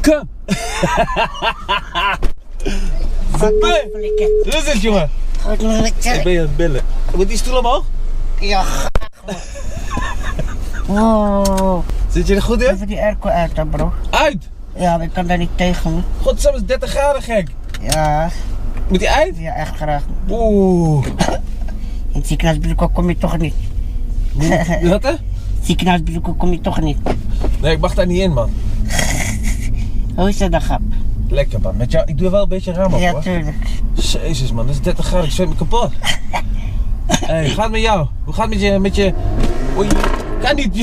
Kom! Hey, wat is dit, jongen? Goed met je. Ik ben je aan het billen. Moet die stoel omhoog? Ja, graag man. Wow. Zit je er goed in? Even die airco uit dan, bro. Uit! Ja, ik kan daar niet tegen, man. Godsamme, is 30 graden, gek. Ja. Moet die uit? Ja, echt graag. Oeh. In het ziekenhuisbezoek kom je toch niet. Wat hè? Ziekenhuisbezoek kom je toch niet. Nee, ik mag daar niet in, man. Hoe is dat dan, grap? Lekker, man. Met jou, ik doe wel een beetje raam op, Ja, hoor. tuurlijk. Jezus, man. Dat is 30 graden. Ik zweet me kapot. Hey, hoe gaat het met jou? Hoe gaat het met je... Oei, kan niet.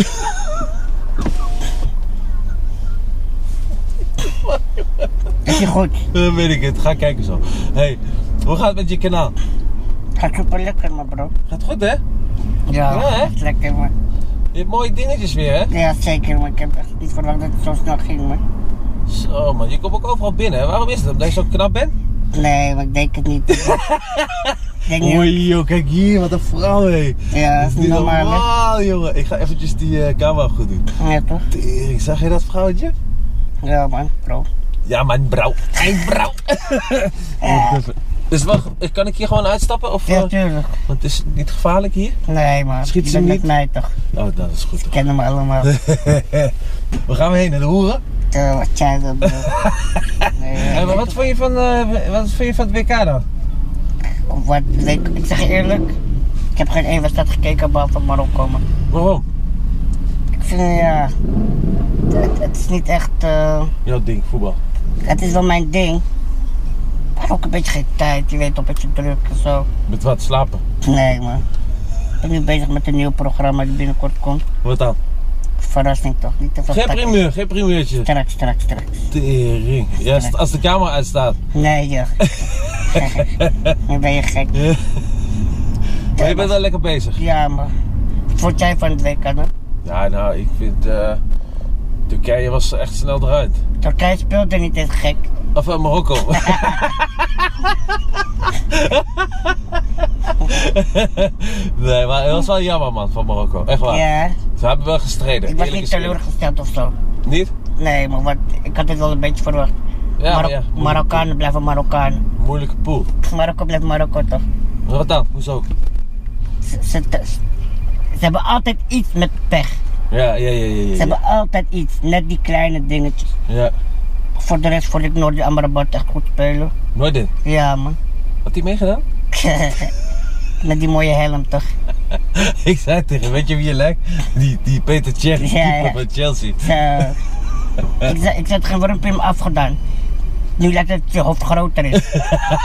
Is je goed? Weet ik het. Ga kijken zo. Hey, hoe gaat het met je kanaal? Gaat super lekker, man, bro. Gaat goed, hè? Ja, Ja, hè? echt lekker, man. Je hebt mooie dingetjes weer, hè? Ja, zeker, man. Ik heb echt niet verwacht dat het zo snel ging, man. Zo, man. Je komt ook overal binnen, hè? Waarom is het? Omdat je zo knap bent? Nee, maar ik denk het niet. Ik denk niet. Oei, joh. Kijk hier. Wat een vrouw, hé. Ja, dat is niet normaal, hè? normaal, jongen. Ik ga eventjes die camera goed doen. Ja, toch? Tering, zag je dat vrouwtje? Ja, man, bro. Ja, mijn brouw. Mijn brouw. Ja. Dus wacht, kan ik hier gewoon uitstappen? Of, Ja, tuurlijk. want het is niet gevaarlijk hier? Nee, man. Schiet Je ze bent niet? met mij, toch? Oh, dat is goed. Ik ken hem allemaal. Waar gaan we heen? Naar de hoeren? Wat jij dat bedoelt. Nee, Maar wat vond je van het WK dan? Ik zeg je eerlijk, ik heb geen één wedstrijd gekeken behalve Marokko, man. Waarom? Ik vind, ja, het is niet echt, Jouw ding, voetbal. het is wel mijn ding. Maar ook een beetje geen tijd, je weet, een beetje druk en zo. Met wat? Slapen? Nee, man. Ik ben nu bezig met een nieuw programma die binnenkort komt. Wat dan? Verrassing toch, niet te veel. Geen primeur, geen primeurtje. Straks. Tering. Ja, als de camera uitstaat. Nee, joh. Nu ben je gek. Maar je bent wel lekker bezig. Ja, man. Wat vond jij van het WK dan? Ja, nou, ik vind Turkije was echt snel eruit. Turkije speelde niet eens gek. Of Marokko. Nee, maar het was wel jammer, man, van Marokko. Echt waar. Ja. Ze hebben wel gestreden. Ik was Eerlijk niet is eerlijk. teleurgesteld of zo. Niet? Nee, maar ik had het wel een beetje verwacht. Ja, maar ja. Marokkanen blijven Marokkanen. Moeilijke pool. Marokko blijft Marokko toch? Maar wat dan? Hoezo? Ze hebben altijd iets met pech. Ja. Ze hebben altijd iets, net die kleine dingetjes. Ja. Voor de rest vond ik Noordi Amrabat echt goed spelen. Nooit dit. Ja, man. Had hij meegedaan? Met die mooie helm toch? Ik zei tegen, weet je wie je lijkt? Die Peter Cech, Ja, keeper ja. van Chelsea. Ik zei geen waarom heb je hem afgedaan? Nu lijkt het dat je hoofd groter is.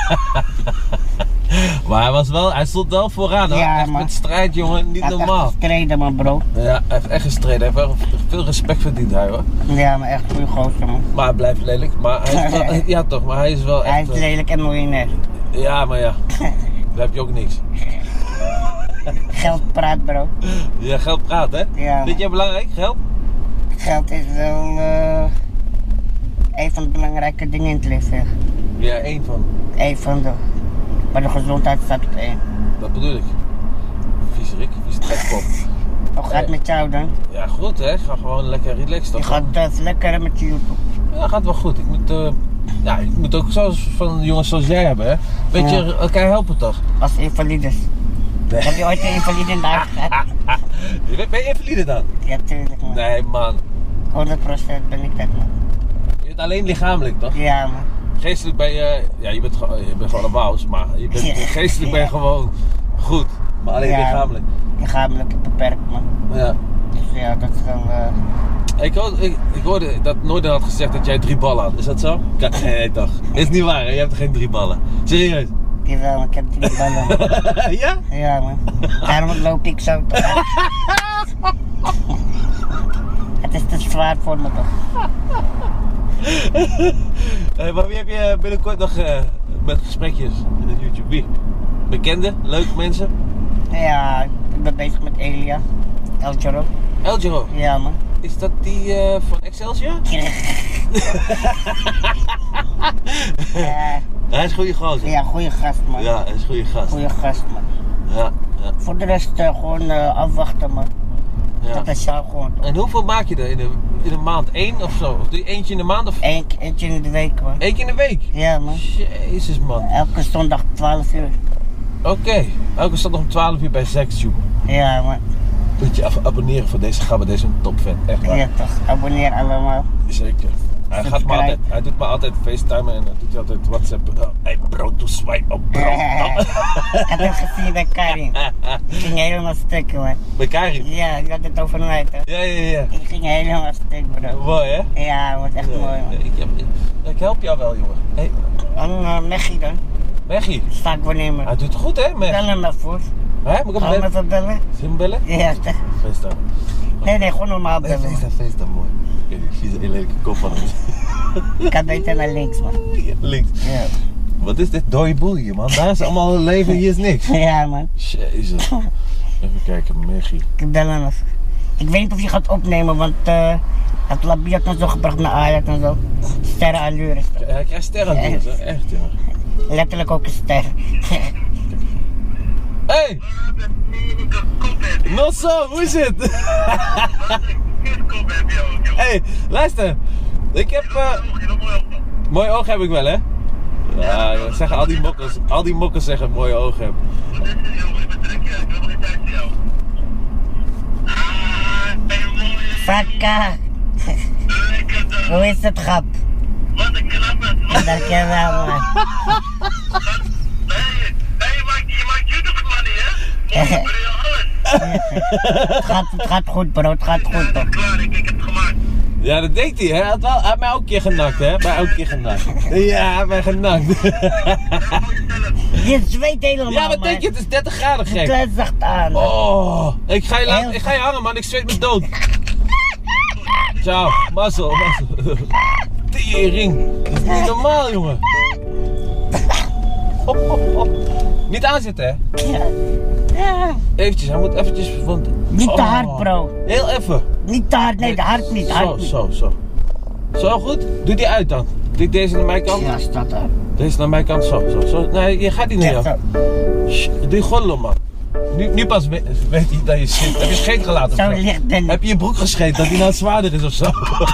Maar hij stond wel vooraan, hoor. Ja, echt man. met strijd, jongen. Niet Hij heeft normaal. echt gestreden, man, bro. Ja, hij heeft echt gestreden. Hij heeft wel veel respect verdiend, hij, hoor. Ja, maar echt goede gozer, man. Maar hij blijft lelijk. Maar hij is wel, ja toch, maar hij is wel echt... Hij is lelijk en miljonair. Ja, maar ja. Daar heb je ook niks. Geld praat, bro. Ja, geld praat, hè? Ja. Vind jij belangrijk, geld? Geld is wel een van de belangrijke dingen in het leven. Ja, één van. Eén van de. Maar de gezondheid staat op één. Dat bedoel ik. Vies trekkop. Hoe gaat het met jou dan? Ja, goed, hè? Ik ga gewoon lekker relaxed. Je gaat lekker hè, met je YouTube. Ja, gaat wel goed. Ik moet ook van jongens zoals jij hebben, hè? Weet je, elkaar helpen toch? Als invalides. Nee. Heb je ooit een invalide in de huis gehad? Ben je invalide dan? Ja, tuurlijk, man. Nee, man. 100% ben ik dat, man. Je bent alleen lichamelijk, toch? Ja, man. Geestelijk ben je... Ja, je bent gewoon een wous, maar geestelijk ben je gewoon goed. Maar alleen Ja. lichamelijk. Lichamelijk beperkt, man. Ja. Dus ja, dat is wel... Ik hoorde dat Noorden had gezegd dat jij 3 ballen had. Is dat zo? Nee, toch? Is niet waar, hè? Je hebt geen 3 ballen. Serieus? Jawel, ik heb 3 ballen, man. Ja? Ja, man. Daarom loop ik zo. Het is te zwaar voor me, toch? Maar wie heb je binnenkort nog met gesprekjes in YouTube? Wie? Bekende? Leuke mensen? Ja, ik ben bezig met Elia. El Jaro. El Jaro? Ja, man. Is dat die van Excelsior? Hij is een goede gozer. Ja, goede gast, man. Ja, hij is een goede gast. Goede gast, man. Ja. Voor de rest gewoon afwachten, man. Ja. Dat is zo gewoon. En hoeveel maak je er in een maand? 1 of zo? Of doe je eentje in de maand? Of Eentje in de week, man. 1 keer in de week? Ja, man. Jezus, man. Elke zondag 12 uur. Oké. Elke zondag om 12 uur bij ZackTube. Ja, man. Moet je even abonneren voor deze gabber. Deze is een topfan. Echt waar. Ja, toch. Abonneer allemaal. Zeker. Hij doet me altijd FaceTime en dan doet hij altijd WhatsApp. Hey bro, doe swipe op bro. Ik had hem gezien bij Karin. Ik ging helemaal stuk, man. Bij Karin? Ja, ik had het over mij, toch? Ja. Ik ging helemaal stuk, bro. Mooi hè? Ja, wat echt mooi, man. Ik help jou wel, jongen. Hey, En Meggie dan? Meggie. Zaakwaarnemer. Hij doet het goed hè, Meggie? Bel hem maar voor. Hè? Moet ik Gaan hem we bellen? even bellen? Zullen we hem bellen? Ja, toch. FaceTime. Nee, gewoon normaal Nee, bellen. FaceTime, mooi. Kijk, ik zie een lelijke kop van hem. Ik kan beter naar links, man. Links. Ja. Wat is dit dode boel hier, man? Daar is allemaal een leven, hier is niks. Ja, man. Jezus. Even kijken, Meggie. Ik bel hem even. Ik weet niet of je gaat opnemen, want het Labie had ons zo gebracht naar Ajax en zo. Sterrenallures. Hij krijgt sterren, echt, jongen. Letterlijk ook een ster. Hey! Not zo, hoe is het? Hey, luister. Ik heb... Mooie ogen heb ik wel, hè? Ja, zeggen al die mokkers zeggen mooie ogen heb. Fakka. Hoe is het, grap? Wat een knappe. Dankjewel, man. Je maakt YouTube money, hè? Het gaat goed, bro. Het gaat goed, toch? Klaar, ik heb het gemaakt. Ja, dat denkt hij, hè? Hij had mij ook een keer genakt, hè? Mij ook een keer genakt. Ja, hij heeft mij genakt. Je zweet helemaal, Ja, wat man. denk je? Het is 30 graden, Het gek. kleurt zacht aan. Oh, ik ga je hangen, man. Ik zweet me dood. Ciao, mazzel. Tering. Dat is niet normaal, jongen. Niet aanzitten, hè? Ja. Ja. Eventjes, hij moet eventjes... Want... Niet te hard, bro. Heel even. Niet te hard, nee, de hard niet. Hard niet. Zo. Zo goed? Doe die uit dan. Doe deze naar mijn kant. Ja, staat daar. Deze naar mijn kant, zo. Nee, je gaat niet naar Ja, jou. zo. Shh, doe goddelen, man. Nu pas weet hij dat je scheet. Heb je scheet gelaten? Zo of zo? licht ben ik. Heb je je broek gescheten dat die nou zwaarder is of zo?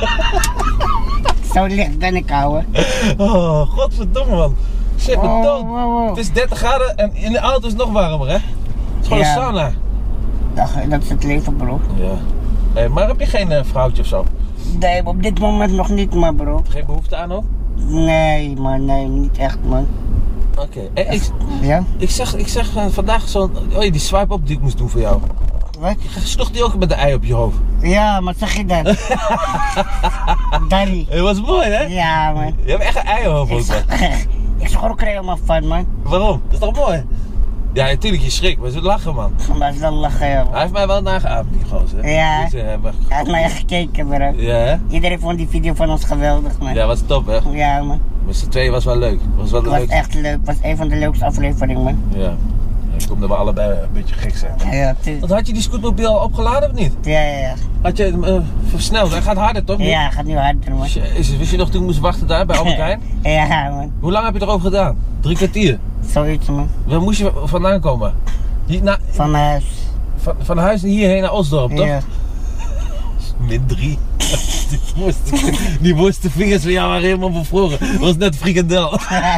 Zo licht ben ik, ouwe. Oh, godverdomme, man. Shit, me dood. wow. Het is 30 graden en in de auto is het nog warmer, hè? Het is gewoon Ja. een sauna. Dat is het leven, bro. Ja. Hey, maar heb je geen vrouwtje of zo? Nee, op dit moment nog niet, maar bro. Geen behoefte aan ook? Nee, man, nee, niet echt, man. Oké. Hey, Ja? ik zag vandaag zo'n... Oh, die swipe up die ik moest doen voor jou. Wat? Sloeg die ook met de ei op je hoofd? Ja, maar zeg je dat? Daddy. Het was mooi, hè? Ja, man. Je hebt echt een eierhoofd ook, man. Ik schrok er helemaal van, man. Waarom? Dat is toch mooi? Ja, natuurlijk, je schrikt, maar ze lachen, man. Maar het is wel lachen, joh. Hij heeft mij wel nageaapt, die gozer. Ja. Dus, Hij heeft naar je gekeken, bro. ja, hè? Iedereen vond die video van ons geweldig, man. Ja, was top, hè? Ja, man. Met z'n tweeën was wel leuk. Was wel Het de was leukste. echt leuk. Het was een van de leukste afleveringen, man. Ja. Ik kom dat we allebei een beetje gek zijn. Ja, tuurlijk. Want had je die scootmobiel al opgeladen of niet? Ja. Had je hem versneld? Hij gaat harder, toch? Ja, gaat nu harder, man. Jezus, wist je nog toen ik moest wachten daar bij Albert Heijn? Ja, man. Hoe lang heb je erover gedaan? 3 kwartier. Zoiets, man. Waar moest je vandaan komen? Van mijn huis. Van huis hierheen naar Osdorp, toch? Ja. -3. Die mooiste vingers van jou waren helemaal bevroren. Dat was net frikandel.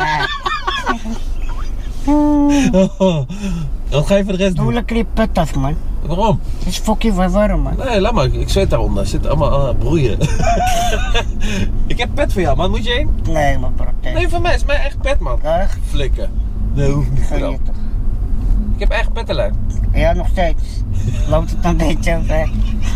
Wat ga je voor de rest Doe doen? lekker je put af, man. Waarom? Het is fucking warm, man. Nee, laat maar. Ik zweet daaronder. Er zit allemaal broeien. Ik heb pet voor jou, man. Moet je heen? Nee, man, protest. Nee, voor mij. Het is mijn eigen pet, man. Echt? Flikken. Nee, hoeft niet voor Ga jou. je toch? Ik heb eigen pettenlijn. Ja, nog steeds. Loopt het een beetje ver?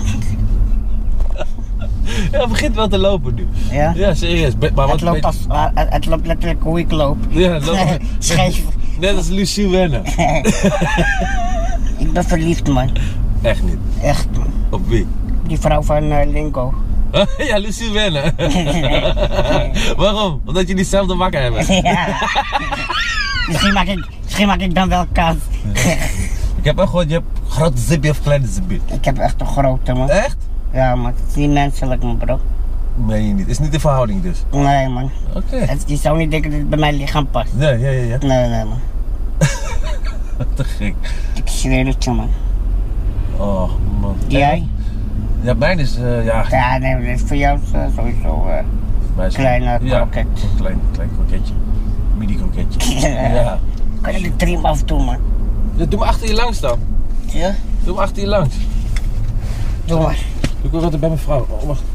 Ja, het begint wel te lopen nu. Ja? Ja, serieus. Maar wat Het loopt letterlijk hoe ik loop. Ja, het loopt. Scheef. Net als Lucie Wenner. Ik ben verliefd, man. Echt niet. Echt, man. Op wie? Die vrouw van Lingo. Ja, Lucie Wenner. Waarom? Omdat jullie hetzelfde wakker hebben. Ja. Misschien maak ik dan wel kans. Ik heb wel gewoon, je hebt grote zibje of kleine zibje. Ik heb echt een grote, man. Echt? Ja, man. Het is niet menselijk, man, bro. Meen je niet. Is niet de verhouding dus. Nee, man. Oké. Je zou niet denken dat het bij mijn lichaam past. Ja. Nee, man. Te gek. Ik zweer het je, man. Oh, man. Jij? Ja, mijn is, ja... Ja, nee, dit is voor jou sowieso Mijn is- kleine ja, kroket. een klein kroketje. Mini kroketje. Ja. Kan je de trim afdoen, man? Ja, doe maar achter je langs dan. Ja? Doe maar achter je langs. Doe maar. Doe ik wat bij mijn vrouw. Oh, wacht.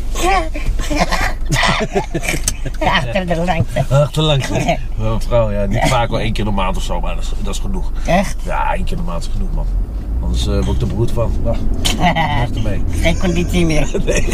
Achter de lengte. Achterlangs. Mijn vrouw, ja, niet vaak wel 1 keer in de maand of zo, maar dat is genoeg. Echt? Ja, 1 keer in de maand is genoeg, man. Anders word ik er beroerd van. Wacht, weg ermee. Geen conditie meer.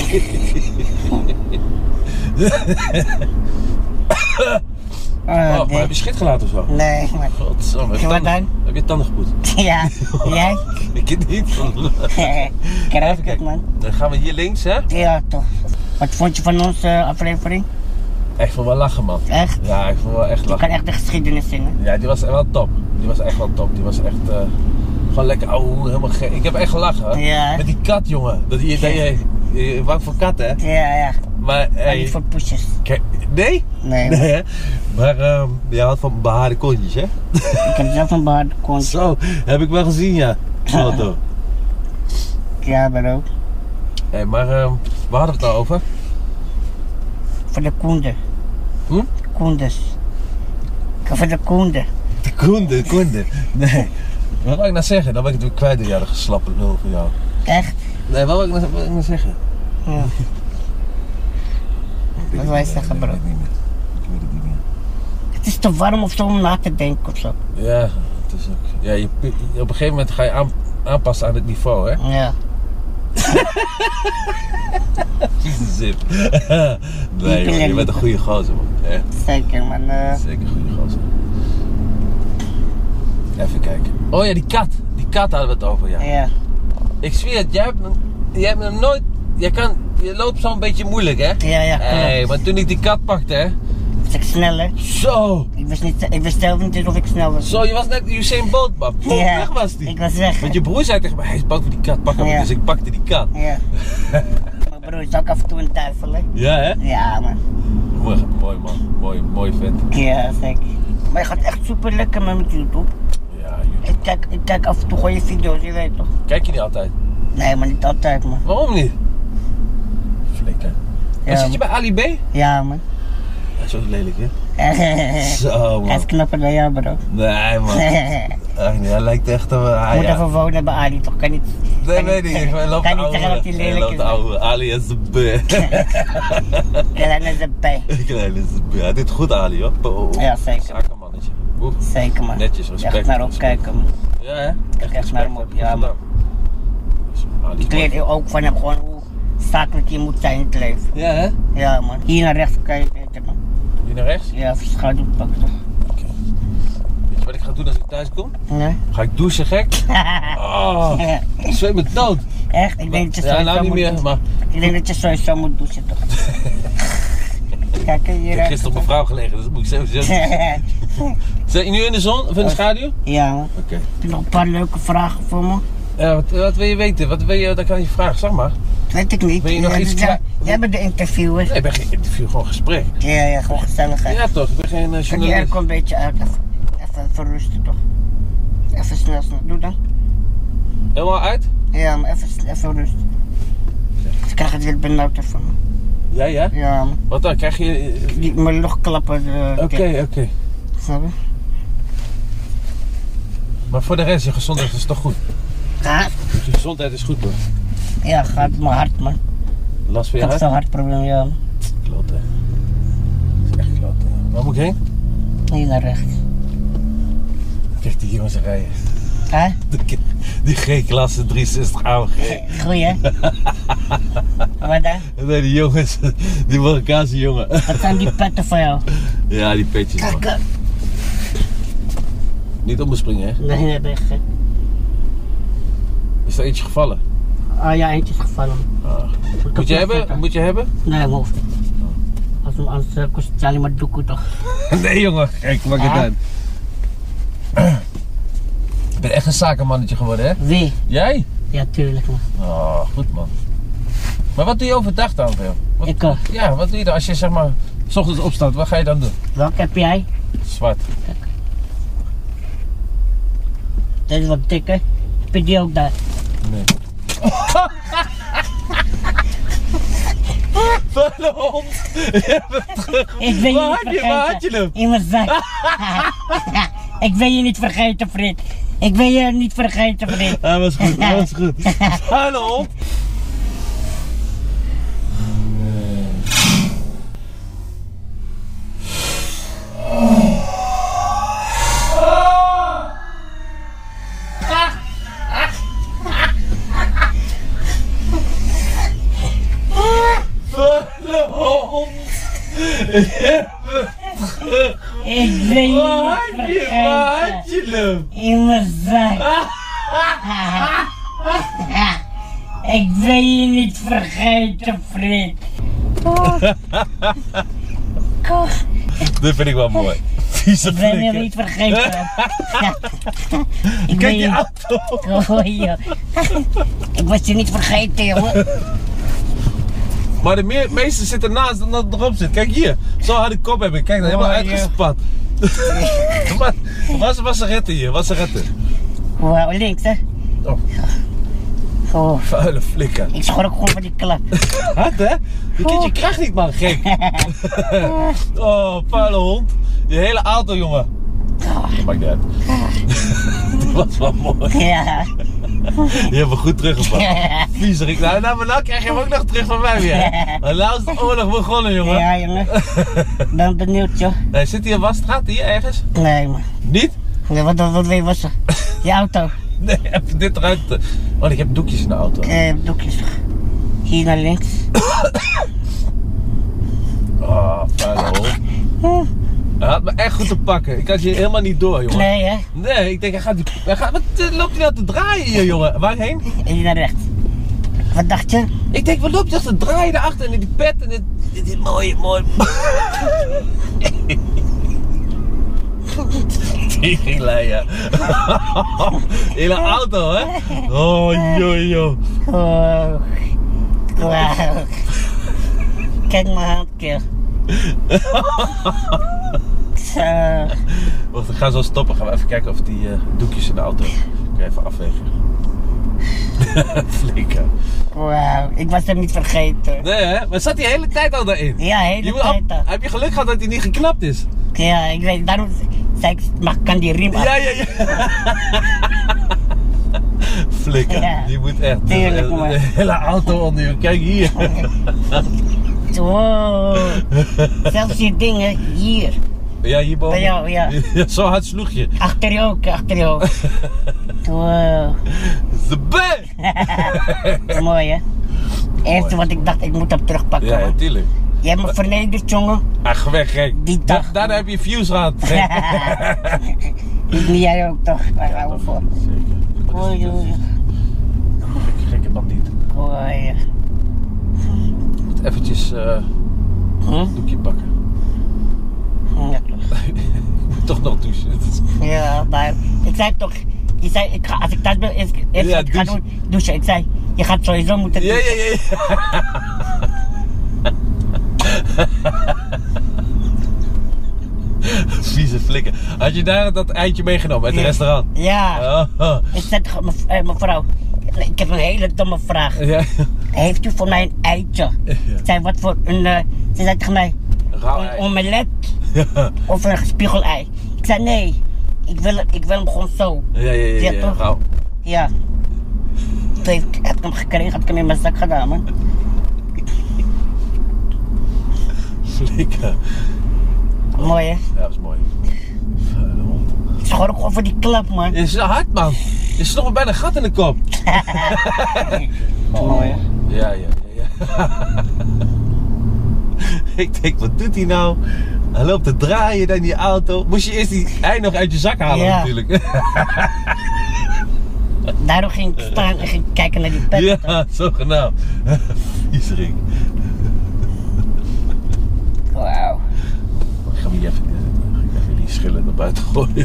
Oh, maar nee. heb je schit gelaten of zo? Nee, man. Godsamme, Wat dan? Heb je tanden gepoet? Ja, jij? Ik het niet. Krijg ik het, man. Dan gaan we hier links, hè? Ja, toch. Wat vond je van onze aflevering? Echt wel lachen, man. Echt? Ja, ik vond wel echt Je lachen. kan echt de geschiedenis zingen. Ja, die was wel top. Die was echt wel top. Die was echt gewoon lekker ouwe, helemaal gek. Ik heb echt gelachen, hè? Ja. Met die kat, jongen. Dat je bang voor katten, hè? Ja, ja. Maar, Maar niet voor poesjes. kijk, nee? Nee, Nee, hè? Maar je houdt van behaarde kontjes, hè? ik heb zelf een behaarde kont. Zo, heb ik wel gezien, ja. Foto. Ja, maar ook. Hé, maar waar hadden we het nou over? Voor de koende. Hm? Koendes. Voor de koende. De koende. Nee. Wat wil ik nou zeggen? Dan ben ik het weer kwijt door jou, de geslappe lul van jou. Echt? Nee, wat wil ik nou zeggen? Ja. Wat wil je zeggen, bro? Ik weet het niet meer. Het is te warm of zo om na te denken of zo. Ja, het is ook... Ja, op een gegeven moment ga je aanpassen aan het niveau, hè? Ja. Zip. Nee, joh, je bent een goede gozer, man. Echt. Zeker, man. Zeker een goede gozer. Even kijken. Oh ja, die kat. Die kat hadden we het over, ja. Ja. Ik zweer het, jij hebt me nooit... Je loopt zo'n beetje moeilijk, hè? Ja, Hey, klopt. maar toen ik die kat pakte, hè? Was ik sneller? Zo! Ik wist zelf niet eens of ik snel was. Zo, je was net Usain Bolt, man. Poef, Ja, weg was die. ik was weg. Want je broer zei tegen mij, hij is bang voor die kat, pak hem. Ja. Dus ik pakte die kat. Ja. Mijn broer is ook af en toe een duivel, hè? Ja, hè? Ja, man. Mooi, man. Mooi vent. Ja, zeker. Maar je gaat echt super lekker met YouTube. Ja, joh. Ik kijk af en toe gewoon je video's, je weet toch? Kijk je niet altijd? Nee, maar niet altijd, man. Waarom niet? Flikker. Ja, En zit je bij Ali B? Ja, man. Ja, zo lelijk, hè? Zo, Hij man. is knapper dan jou, bro. Nee, man. Echt niet, hij lijkt echt op... Moet even wonen bij Ali, toch? Kan niet... Nee, kan weet niet- ik. Hij loopt kan de niet zeggen dat hij oude. lelijk loopt is. de oude. Ali is de beur. Klein is erbij. Klein is de beur. Hij doet goed, Ali, hoor. Oh, Ja, zeker. Zakenmannetje. Oeh. Zeker, man. Netjes, respect. Echt naar respect. opkijken, man. Ja, hè? Echt respect, naar hem op, heb je ja, goed man. gedaan. Ali, Ik leer ook van hem gewoon hoe zakelijk je moet zijn in het leven. Ja, hè? Ja, man. Hier naar rechts kan je weten, man. Hier naar rechts? Ja, even schaduwpak, toch? Oké. Weet je wat ik ga doen als ik thuis kom? Nee? Ga ik douchen, gek? Oh, ik zweet me dood. Echt? Ik denk dat je Ja, sowieso nou niet moet meer, douchen. maar... Ik denk dat je sowieso moet douchen, toch? Kijk, hier... Ik heb gisteren op mijn vrouw gelegen, dus dat moet ik sowieso doen. Zit je nu in de zon of in de schaduw? Ja, man. Oké. Heb je nog een paar leuke vragen voor me? Ja, wat wil je weten? Wat wil je, dan kan je vragen, zeg maar. Weet ik niet. Wil je nog Ja, iets dus jij bent de interviewer. Nee, ik ben geen interview, gewoon gesprek. Ja, gewoon gezelligheid. Ja toch, ik ben geen Kan die journalist. airco een beetje uit? Even verrusten, toch? Even snel. Doe dan. Helemaal uit? Ja, maar even rust. Ik krijg het weer benauwd ervan. Ja, ja? Ja, man. Wat dan? Krijg je... Mijn luchtklappen. Oké. Snap je? Maar voor de rest, je gezondheid is toch goed? Ja, Je gezondheid is goed, hoor. ja, gaat mijn hart, man. Last van Ik je heb hart? zo'n hartprobleem, ja. Man. Klote. Dat is echt klote. Waar moet ik heen? Hier naar rechts. Kijk die jongens rijden. Hè? Die G-klasse 360 AMG. Goeie, hè? Wat dan? Nee, die jongens, die Marokkaanse jongen. Wat zijn die petten van jou? Ja, die petjes, man. Kijk, Niet omspringen, hè? nee, ben je gek. Is er eentje gevallen? Ah ja, eentje is gevallen. Ah. Moet je hebben? Moet je hebben? Nee, mijn hoofd. Anders kost het alleen maar doekoe, toch? Nee, jongen. Kijk, wat ik Ah. gedaan. Je bent echt een zakenmannetje geworden, hè? Wie? Jij? Ja, tuurlijk, man. Oh, goed, man. Maar wat doe je overdag dan, Veel? Ik ook. Ja, wat doe je dan als je, zeg maar, 's ochtends opstaat? Wat ga je dan doen? Welke heb jij? Zwart. Deze is wat dikker. Heb je die ook daar? Nee. Vuile hond. Ik ben je Waar niet had je- vergeten. waar had je hem? In mijn zak. Ik ben je niet vergeten, vriend. Ik ben je niet vergeten, vriend. Hij was goed, hij was goed. Vuile hond. Vuile hond. Ik ben je Waar niet had je, waar vergeten. had je hem? In mijn zak. Ik ben je niet vergeten, vriend. Dit vind ik wel mooi. Vieze Ik ben je flikker. niet vergeten. Ik ben Kijk die je... auto. Oh, joh. Ik was je niet vergeten, jongen. Maar de meeste zitten naast dan dat het erop zit. Kijk hier. Zo harde kop heb ik. Kijk, dat helemaal Oh, ja. uitgespat. Wat ze retten hier? Wat ze retten? Wauw, links, hè? Oh, Oh, vuile flikker. ik schrok gewoon van die klap. Hard hè? Je kent je kracht niet man, gek. Oh, vuile hond. Je hele auto, jongen. Dat maakt niet uit. Dit was wel mooi. Ja. Je hebt me goed teruggepakt. Viezerik. Nou, maar nou krijg je hem ook nog terug van mij weer. Maar nou is de oorlog begonnen, jongen. Ja, jongen. Ben benieuwd, joh. Nee, zit hier een wasstraat hier ergens? Nee, man. Niet? Nee, wat wil je wassen? Je auto. Nee, even dit eruit. Oh, ik heb doekjes in de auto. Doekjes. Hier naar links. Oh, vuile hond. Hij had me echt goed te pakken. Ik had je helemaal niet door, jongen. Nee, hè? Nee, ik denk, wat loopt hij nou te draaien hier, jongen? Waarheen? En hier naar rechts. Wat dacht je? Ik denk, wat loopt hij te draaien daarachter en in die pet en dit is mooi. Teringleier. Hele auto, hè? Oh, joh. Oh. Wauw. Kijk mijn handje. Zo. Wacht, ik ga zo stoppen. Gaan we even kijken of die doekjes in de auto. Ik ga even afwegen. Flikker. Wauw, ik was hem niet vergeten. Nee, hè? Maar zat die hele tijd al daarin? Ja, hele Je moet tijd al. heb je geluk gehad dat hij niet geknapt is? Ja, ik weet, daarom zei ik, maar kan die riem af? Ja. Flikker, Ja. die moet echt Tuurlijk, man. de hele auto onder je. Kijk hier. Wow. Zelfs die dingen hier. Ja, hierboven. Bij jou, ja. Zo hard sloeg je. Achter je ook, achter je ook. Wow. Zebe! Mooi, hè? Eerste wat ik dacht, ik moet hem terugpakken. Ja, man. natuurlijk. Je hebt me vernederd, jongen. Ach, weg gek. Die dag. Daarna heb je views gehad. Gek. Niet jij ook toch? Waar gaan we voor? Zeker. Oei, oei. Gekke bandiet. Oei. Ik moet eventjes een doekje pakken. Ja, toch. Ik moet toch nog douchen. Ja, maar ik zei toch, je zei, als ik thuis ben, eerst Ja, wat ik ga douchen. doen, douchen. Ik zei, je gaat sowieso moeten Ja. douchen. Vieze flikker. Had je daar dat eitje meegenomen uit het restaurant? Ja. Oh. Ik zei toch, mevrouw, ik heb een hele domme vraag. Ja. Heeft u voor mij een eitje? Ja. Ik zei, wat voor een, ze zei tegen mij, Rauw een ei. omelet Ja. of een spiegelei. Ik zei, nee, ik wil hem gewoon zo. Ja, toch? rauw. Ja. Toen heb ik hem gekregen, heb ik hem in mijn zak gedaan, man. Flikker. Mooi, hè? Ja, dat is mooi. Vuile hond. Ik schrok over die klap, man. Je is hard, man. Je sloeg me bijna een gat in de kop. Mooi, hè? Ja. Ik denk, wat doet hij nou? Hij loopt te draaien dan die auto. Moest je eerst die ei nog uit je zak halen Ja. natuurlijk. Daarom ging ik staan en ging kijken naar die pet. Ja, zogenaamd. Viezerik. Wauw. Ik ga hier even die schillen naar buiten gooien.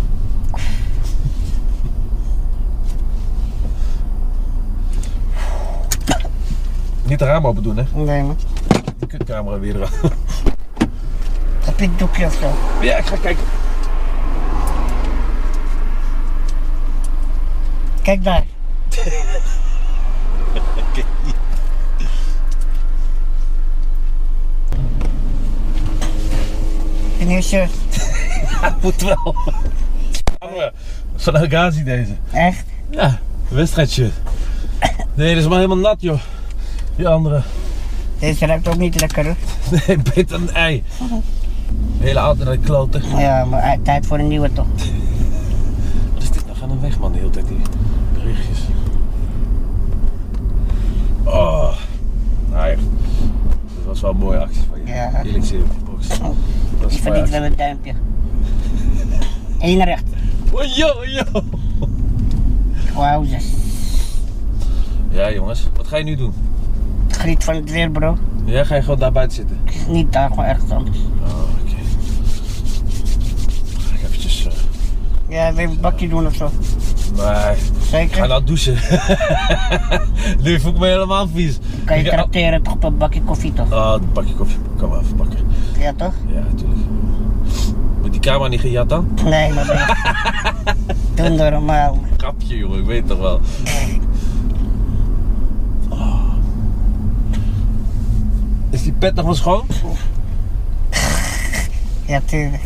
Niet de raam open doen, hè? Nee, man. De kutcamera weer eraan. Heb je een doekje of zo? Ja, ik ga kijken. Kijk daar. Nieuw shirt. Moet wel. Van Agazi deze. Echt? Ja, wedstrijdshirt. Nee, dat is maar helemaal nat joh. Die andere. Deze ruikt ook niet lekker, hoor. Nee, beter een ei. De hele auto naar de kloten. Ja, maar tijd voor een nieuwe toch? Wat is dit nou? Gaan een weg man de hele tijd die berichtjes. Oh. Nou echt. Dat was wel een mooie actie van je. Ja. Eerlijk Box. Dat was Die een mooie verdient actie. wel een duimpje. Eén naar rechts. Oh yo. Wauwzes. Ja jongens, wat ga je nu doen? Geniet van het weer, bro. Ja, ga je gewoon daar buiten zitten? Niet daar, gewoon ergens anders. Oh, oké. Ga ik eventjes... Ja, weer een bakje doen of zo. Nee, Zeker? ga nou douchen. Nu voel ik me helemaal vies. Kan je Ik- trakteren toch op een bakje koffie toch? Oh, een bakje koffie. Kan wel even pakken. Ja toch? Ja, natuurlijk. Moet die camera niet gejat dan? Nee, maar nee. Doe normaal. Grapje jongen, ik weet het toch wel. Oh. Is die pet nog wel schoon? Ja, tuurlijk.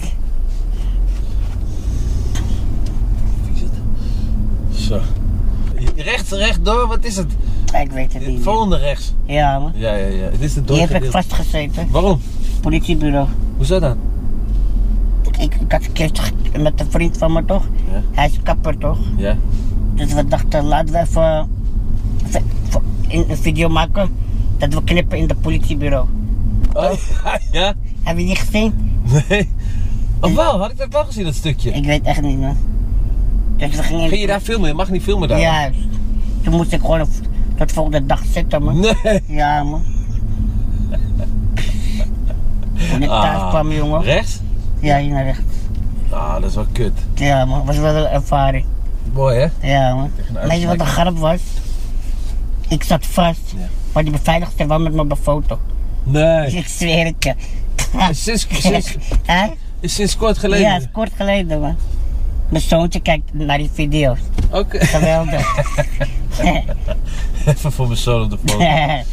Vies het. Zo. Recht door, wat is het? Ik weet het niet. Volgende rechts. Ja, man. Ja. Het is de Hier heb ik doorgedeelte. vastgezeten. Waarom? Politiebureau. Hoezo dan? Ik had een keertje met een vriend van me toch? Ja. Hij is kapper toch? Ja. Dus we dachten, laten we even een video maken dat we knippen in het politiebureau. Oh, ja? Heb je die gezien? Nee. Of wel? Had ik dat wel gezien, dat stukje? Ik weet echt niet, man. Dus we gingen... Ging je daar filmen? Je mag niet filmen daar. Juist. Toen moest ik gewoon tot volgende dag zitten, man. Nee. Ja, man. Toen ik thuis kwam, jongen. Rechts? Ja, hier naar rechts. Ah, dat is wel kut. Ja, man. Was wel een ervaring. Mooi hè? Ja, man. Tegen een Weet je wat een grap was? Ik zat vast, Ja. maar die beveiligster kwam met me op de foto. Nee. Ik zweer het je. Sinds Hè? kort geleden? Ja, het is kort geleden, man. Mijn zoontje kijkt naar die video's. Oké. Geweldig. Even voor mijn zoon op de foto.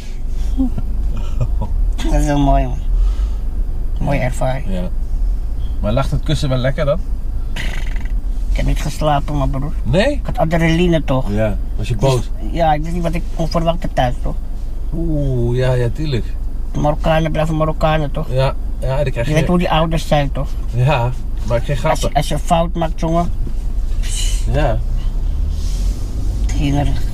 Dat is wel mooi, man. Mooie ervaring. Ja. Maar lag het kussen wel lekker dan? Ik heb niet geslapen, mijn broer. Nee? Ik had adrenaline, toch? Ja. Was je boos? Ja, ik wist niet wat ik kon verwachten thuis, toch? Oeh, ja, tuurlijk. Marokkanen blijven Marokkanen, toch? Ja, dan krijg Je je... weet hoe die ouders zijn, toch? Ja, maar ik kreeg grappen. Als je een fout maakt, jongen. Ja. Hier naar rechts.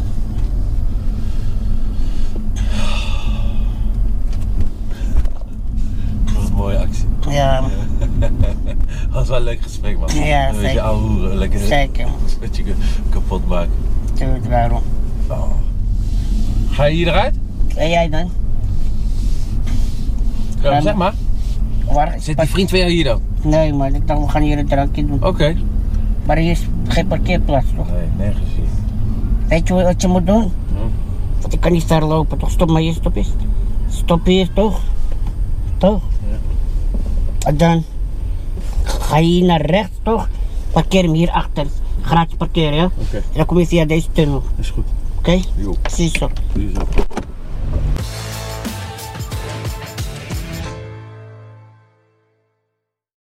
Wat een mooie actie. Ja, man. Dat was wel een leuk gesprek man. Ja, Een beetje zeker. ouwe hoeren, lekker Zeker, man. een beetje kapot maken. Tuurlijk, waarom? Oh. Ga je hier eruit? En jij dan? Ja, zeg maar. Waar? Zit die vriend van jou hier dan? Nee, man. Ik dacht, we gaan hier een drankje doen. Oké. Maar hier is geen parkeerplaats, toch? Nee, nergens hier. Weet je wat je moet doen? Hm? Want ik kan niet ver lopen, toch? Stop maar hier, stop eens. Stop hier, toch? Toch? Ja. En dan ga je hier naar rechts, toch? Parkeer hem hier achter. Gratis parkeren, ja? Oké. En dan kom je via deze tunnel. Is goed. Oké? Jo. Precies zo. Doe je zo.